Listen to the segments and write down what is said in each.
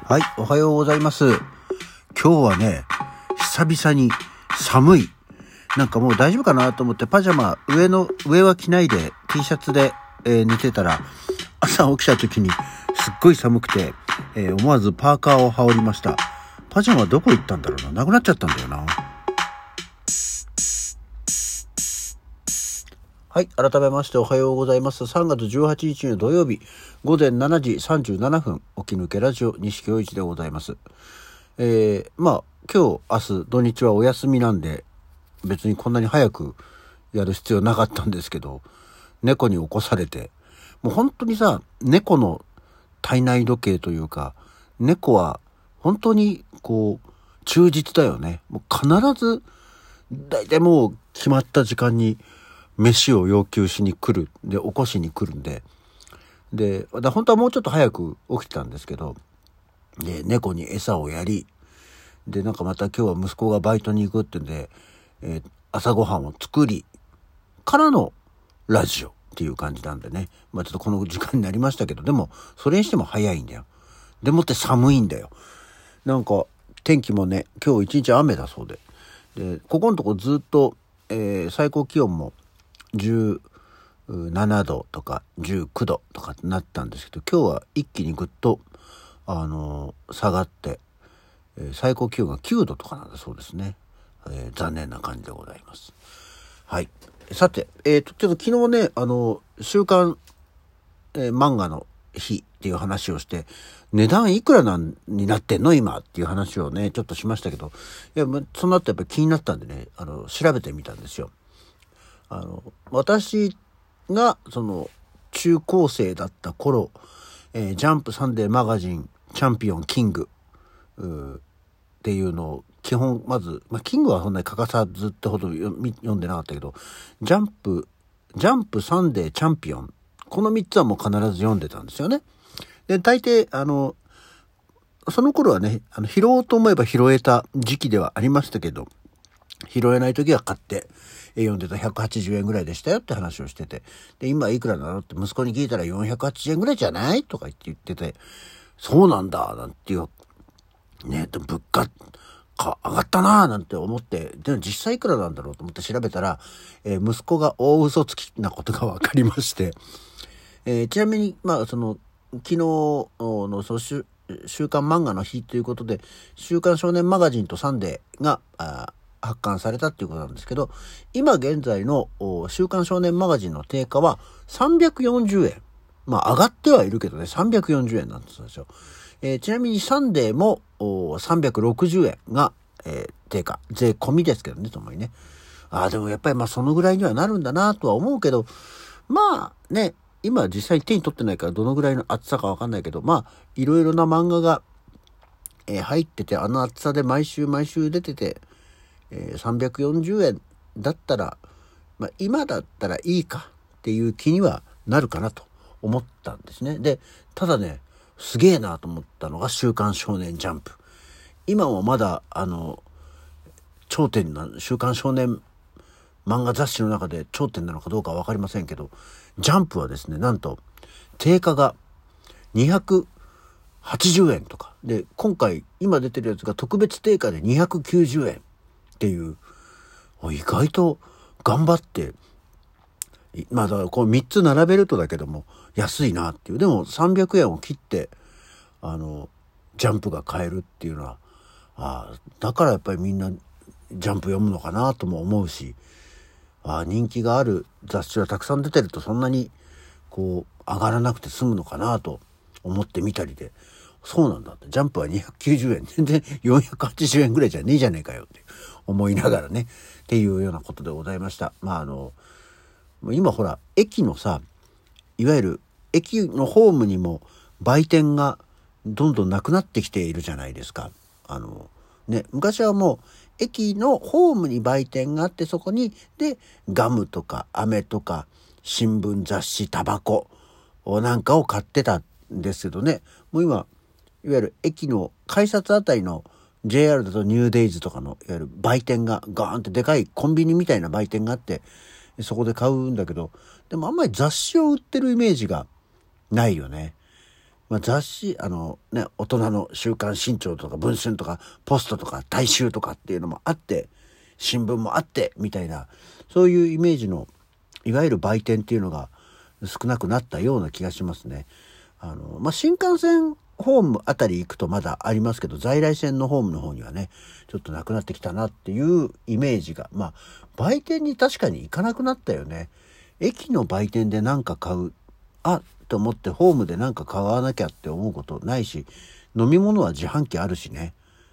はい、おはようございます。今日はね、久々に寒い。なんかもう大丈夫かなと思ってパジャマ、上は着ないで T シャツで、寝てたら、朝起きた時にすっごい寒くて、思わずパーカーを羽織りました。パジャマどこ行ったんだろうな。なくなっちゃったんだよな。はい、改めましておはようございます。3月18日の土曜日、午前7時37分、起き抜けラジオ西京一でございます。今日、明日、土日はお休みなんで、別にこんなに早くやる必要なかったんですけど、猫に起こされて、もう本当にさ、猫の体内時計というか、猫は本当に忠実だよね。もう必ず、だいたいもう決まった時間に、飯を要求しに来る。で、起こしに来るんで。で、本当はもうちょっと早く起きてたんですけど、で、猫に餌をやり、で、なんかまた今日は息子がバイトに行くってんで、朝ごはんを作り、からのラジオっていう感じなんでね。ちょっとこの時間になりましたけど、でも、それにしても早いんだよ。でもって寒いんだよ。なんか、天気もね、今日一日雨だそうで。で、ここのとこずっと、最高気温も、17度とか19度とかなったんですけど、今日は一気にぐっと、下がって、最高気温が9度とかなんだそうですね。残念な感じでございます。はい。さて、ちょっと昨日ね、週刊、漫画の日っていう話をして、値段いくらになってんの今っていう話をね、ちょっとしましたけど、いや、その後やっぱり気になったんでね、調べてみたんですよ。私が中高生だった頃、ジャンプサンデーマガジンチャンピオンキングっていうのを基本まず、キングはそんなに欠かさずってほど読んでなかったけど、ジャンプサンデーチャンピオン、この3つはもう必ず読んでたんですよね。で、大抵その頃はね、拾おうと思えば拾えた時期ではありましたけど、拾えない時は買って読んでた。180円ぐらいでしたよって話をしてて、で、今いくらなのって息子に聞いたら480円ぐらいじゃないとか言ってて、そうなんだなんていうね、物価上がったなーなんて思って、でも実際いくらなんだろうと思って調べたら、息子が大嘘つきなことが分かりまして、ちなみに昨日の週刊漫画の日ということで、週刊少年マガジンとサンデーが発刊されたっていうことなんですけど、今現在の週刊少年マガジンの定価は340円。上がってはいるけどね、340円なんですよ。ちなみにサンデーも360円が、定価。税込みですけどね、ともにね。でもやっぱりそのぐらいにはなるんだなとは思うけど、ね、今実際に手に取ってないからどのぐらいの厚さかわかんないけど、いろいろな漫画が、入ってて、あの厚さで毎週出てて、340円だったら、今だったらいいかっていう気にはなるかなと思ったんですね。で、ただね、すげえなと思ったのが週刊少年ジャンプ。今もまだ頂点な週刊少年漫画雑誌の中で頂点なのかどうかは分かりませんけど、ジャンプはですね、なんと定価が280円とかで、今回今出てるやつが特別定価で290円っていう、意外と頑張って、だからこう3つ並べるとだけども安いなっていう。でも300円を切ってジャンプが買えるっていうのは、だからやっぱりみんなジャンプ読むのかなとも思うし、人気がある雑誌はたくさん出てるとそんなに上がらなくて済むのかなと思ってみたりで、そうなんだって、ジャンプは290円、全然480円ぐらいじゃねえじゃねえかよって思いながらね、っていうようなことでございました。今ほら、駅のさ、いわゆる駅のホームにも売店がどんどんなくなってきているじゃないですか。昔はもう駅のホームに売店があって、そこにでガムとか飴とか新聞、雑誌、タバコなんかを買ってたんですけどね、もう今いわゆる駅の改札あたりの JR だとニューデイズとかのいわゆる売店がガーンってでかいコンビニみたいな売店があって、そこで買うんだけど、でもあんまり雑誌を売ってるイメージがないよね。 雑誌、大人の週刊新潮とか文春とかポストとか大衆とかっていうのもあって、新聞もあってみたいな、そういうイメージのいわゆる売店っていうのが少なくなったような気がしますね。新幹線ホームあたり行くとまだありますけど、在来線のホームの方にはね、ちょっとなくなってきたなっていうイメージが、売店に確かに行かなくなったよね。駅の売店で何か買う、と思ってホームで何か買わなきゃって思うことないし、飲み物は自販機あるしね。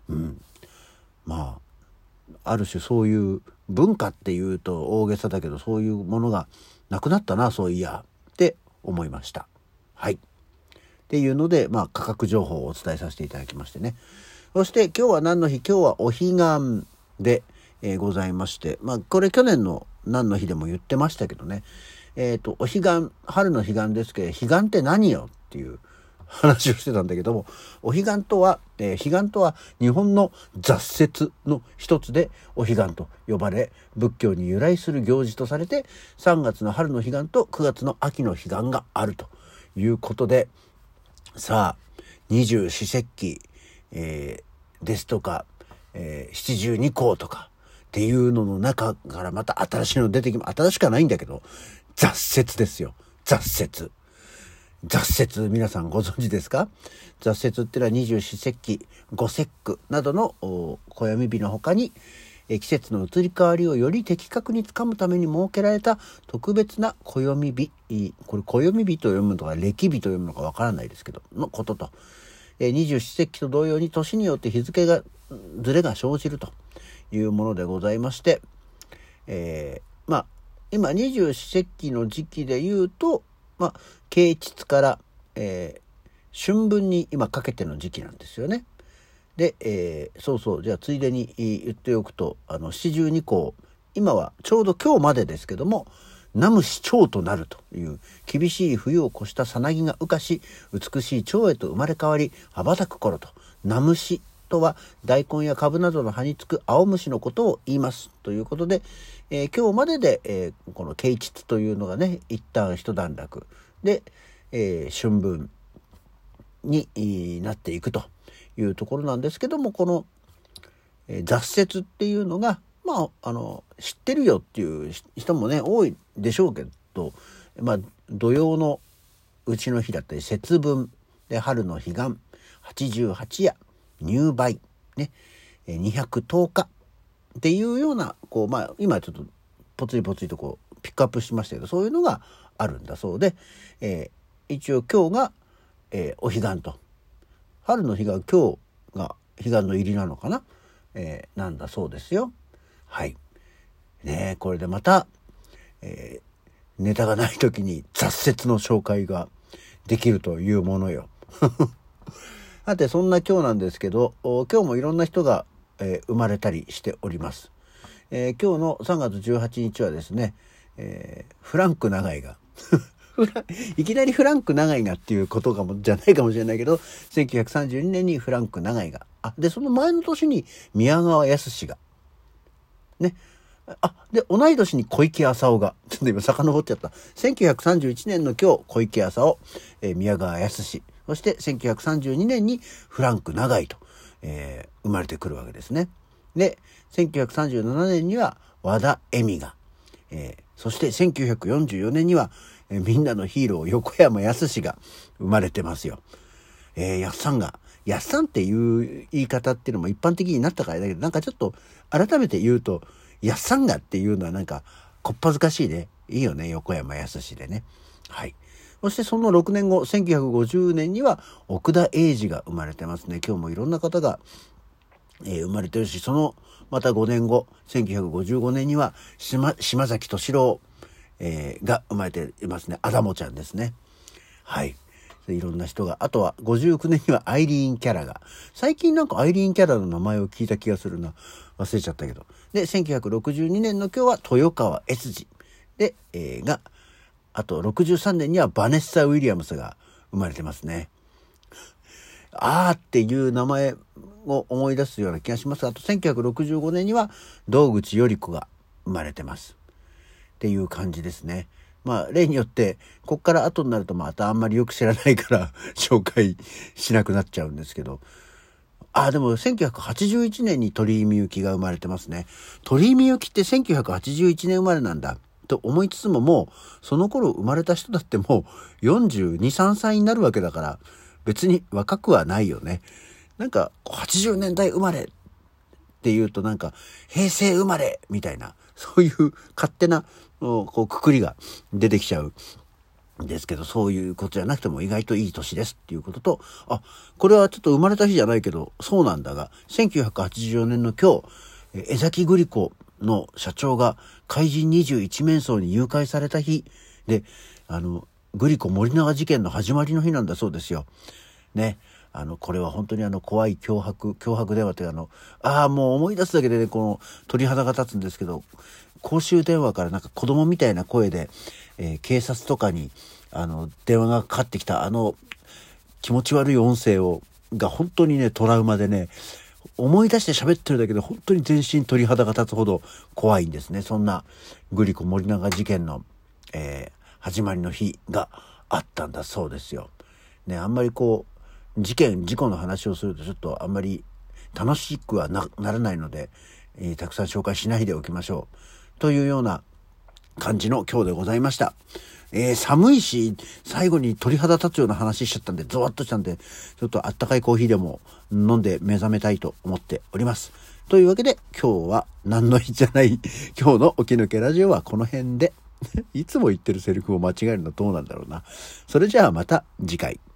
ある種そういう文化っていうと大げさだけど、そういうものがなくなったな、そういやって思いました。はい。っていうので、価格情報をお伝えさせていただきましてね。そして今日は何の日？今日はお彼岸で、ございまして、これ去年の何の日でも言ってましたけどね。お彼岸、春の彼岸ですけど、彼岸って何よっていう話をしてたんだけども、お彼岸とは、彼岸とは日本の雑雪の一つでお彼岸と呼ばれ、仏教に由来する行事とされて、3月の春の彼岸と9月の秋の彼岸があるということで、さあ、二十四節気、ですとか、七十二候とかっていうのの中からまた新しいの出てきます。新しくはないんだけど、雑雪ですよ。雑雪。雑雪、皆さんご存知ですか？雑雪ってのは二十四節気、五節句などの暦日の他に、季節の移り変わりをより的確につかむために設けられた特別な暦日、これ暦日と読むのか暦日と読むのかわからないですけどのことと、二十四節気と同様に年によって日付がずれが生じるというものでございまして、今二十四節気の時期で言うと、啓蟄から、春分に今かけての時期なんですよね。で、じゃあついでに言っておくと、七十二候、今はちょうど今日までですけども、南無し蝶となるという厳しい冬を越したさなぎが羽化し、美しい蝶へと生まれ変わり羽ばたく頃と。南無しとは大根や株などの葉につく青虫のことを言いますということで、今日までで、この啓蟄というのがね、一旦一段落で、春分になっていくというところなんですけども、この、雑雪っていうのが知ってるよっていう人もね多いでしょうけど、土曜のうちの日だったり節分で、春の彼岸、88夜、入梅ね、210日っていうような今ちょっとポツリポツリとピックアップしましたけど、そういうのがあるんだそうで、一応今日が、お彼岸と、春の彼岸、今日が彼岸の入りなのかな、なんだそうですよ。はいね。これでまた、ネタがない時に雑雪の紹介ができるというものよ。さて、そんな今日なんですけど、今日もいろんな人が、生まれたりしております。今日の3月18日はですね、フランク長井がいきなりフランク長井がっていうことじゃないかもしれないけど、1932年にフランク長井が、でその前の年に宮川泰がね、で同い年に小池浅尾が、ちょっと今遡っちゃった。1931年の今日、小池浅尾、宮川泰、そして1932年にフランク長井と、生まれてくるわけですね。で1937年には和田恵美が、そして1944年には、みんなのヒーロー横山やすしが生まれてますよ。やっさんっていう言い方っていうのも一般的になったからだけど、なんかちょっと改めて言うと、やっさんがっていうのはなんかこっぱずかしいね。いいよね、横山やすしでね。はい。そしてその6年後、1950年には奥田英二が生まれてますね。今日もいろんな方が、生まれてるし、そのまた5年後、1955年には島崎敏郎、が生まれていますね。アダモちゃんですね。はい。いろんな人が、あとは59年にはアイリーン・キャラが、最近なんかアイリーン・キャラの名前を聞いた気がするな。忘れちゃったけど。で、1962年の今日は豊川悦司で、あと63年にはバネッサ・ウィリアムスが生まれてますね。っていう名前を思い出すような気がします。あと1965年には堂口頼子が生まれてますっていう感じですね。 まあ例によってこっから後になるとまたあんまりよく知らないから紹介しなくなっちゃうんですけど、でも1981年に鳥居みゆきが生まれてますね。鳥居みゆきって1981年生まれなんだと思いつつも、もうその頃生まれた人だってもう42、3歳になるわけだから別に若くはないよね。なんか80年代生まれっていうとなんか平成生まれみたいな、そういう勝手なこうくくりが出てきちゃうんですけど、そういうことじゃなくても意外といい年ですっていうことと、これはちょっと生まれた日じゃないけどそうなんだが、1984年の今日、江崎グリコの社長が怪人21面相に誘拐された日で、グリコ森永事件の始まりの日なんだそうですよ。ね。これは本当に怖い脅迫電話ってもう思い出すだけでね、この鳥肌が立つんですけど、公衆電話からなんか子供みたいな声で、警察とかに電話がかかってきた気持ち悪い音声が本当にねトラウマでね、思い出して喋ってるだけで本当に全身鳥肌が立つほど怖いんですね。そんなグリコ森永事件の、始まりの日があったんだそうですよ。ね、あんまりこう事故の話をするとちょっとあんまり楽しくは ならないので、たくさん紹介しないでおきましょうというような感じの今日でございました。寒いし最後に鳥肌立つような話しちゃったんでゾワッとしたんで、ちょっとあったかいコーヒーでも飲んで目覚めたいと思っております。というわけで今日は何の日じゃない今日の起き抜けラジオはこの辺でいつも言ってるセリフを間違えるのどうなんだろうな。それじゃあまた次回。